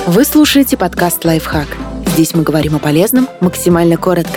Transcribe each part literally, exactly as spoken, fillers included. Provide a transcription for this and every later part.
Вы слушаете подкаст «Лайфхак». Здесь мы говорим о полезном максимально коротко.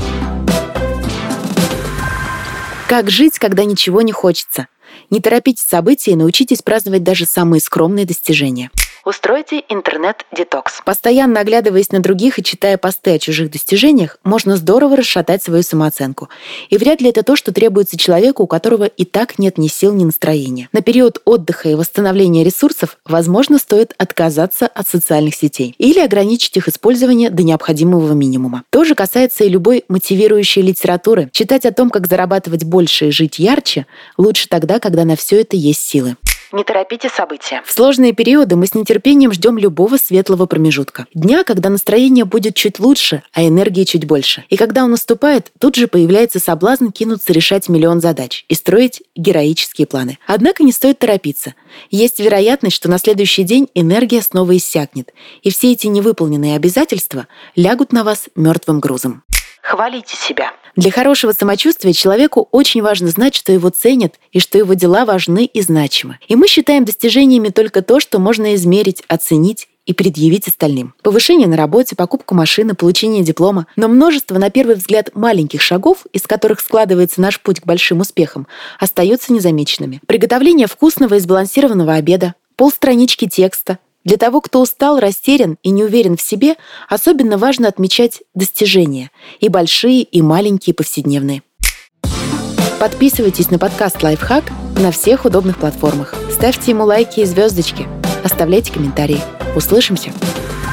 Как жить, когда ничего не хочется? Не торопитесь события и научитесь праздновать даже самые скромные достижения. Устройте интернет-детокс. Постоянно оглядываясь на других и читая посты о чужих достижениях, можно здорово расшатать свою самооценку. И вряд ли это то, что требуется человеку, у которого и так нет ни сил, ни настроения. На период отдыха и восстановления ресурсов, возможно, стоит отказаться от социальных сетей или ограничить их использование до необходимого минимума. То же касается и любой мотивирующей литературы. Читать о том, как зарабатывать больше и жить ярче, лучше тогда, когда на все это есть силы. Не торопите события. В сложные периоды мы с нетерпением ждем любого светлого промежутка. Дня, когда настроение будет чуть лучше, а энергии чуть больше. И когда он наступает, тут же появляется соблазн кинуться решать миллион задач и строить героические планы. Однако не стоит торопиться. Есть вероятность, что на следующий день энергия снова иссякнет, и все эти невыполненные обязательства лягут на вас мертвым грузом. Хвалите себя. Для хорошего самочувствия человеку очень важно знать, что его ценят и что его дела важны и значимы. И мы считаем достижениями только то, что можно измерить, оценить и предъявить остальным. Повышение на работе, покупка машины, получение диплома. Но множество, на первый взгляд, маленьких шагов, из которых складывается наш путь к большим успехам, остаются незамеченными. Приготовление вкусного и сбалансированного обеда, полстранички текста. Для того, кто устал, растерян и не уверен в себе, особенно важно отмечать достижения, и большие, и маленькие, повседневные. Подписывайтесь на подкаст «Лайфхак» на всех удобных платформах. Ставьте ему лайки и звездочки. Оставляйте комментарии. Услышимся!